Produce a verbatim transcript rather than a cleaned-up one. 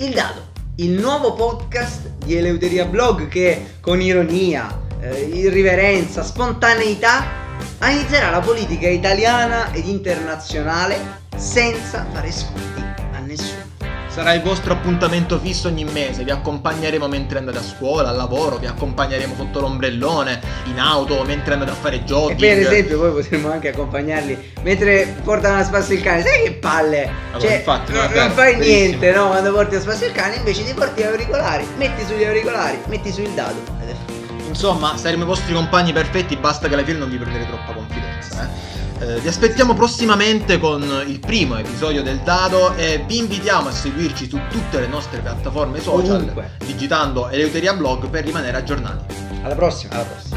Il Dado, il nuovo podcast di Eleuteria Blog che con ironia, eh, irriverenza, spontaneità analizzerà la politica italiana ed internazionale senza fare sconti a nessuno. Sarà il vostro appuntamento fisso ogni mese, vi accompagneremo mentre andate a scuola, al lavoro, vi accompagneremo sotto l'ombrellone, in auto, mentre andate a fare jogging. E per esempio poi potremmo anche accompagnarli mentre portano a spasso il cane. Sai che palle? Allora, cioè, infatti, non, vabbè, non fai benissimo. niente, no? Quando porti a spasso il cane, invece ti porti gli auricolari, metti sugli auricolari, metti sul dado ed è fatto. Insomma, saremo i vostri compagni perfetti, basta che alla fine non vi prendete troppa confidenza, eh. Eh, vi aspettiamo prossimamente con il primo episodio del Dado e vi invitiamo a seguirci su tutte le nostre piattaforme social, Ovunque. digitando Eleuteria Blog per rimanere aggiornati. Alla prossima, alla prossima.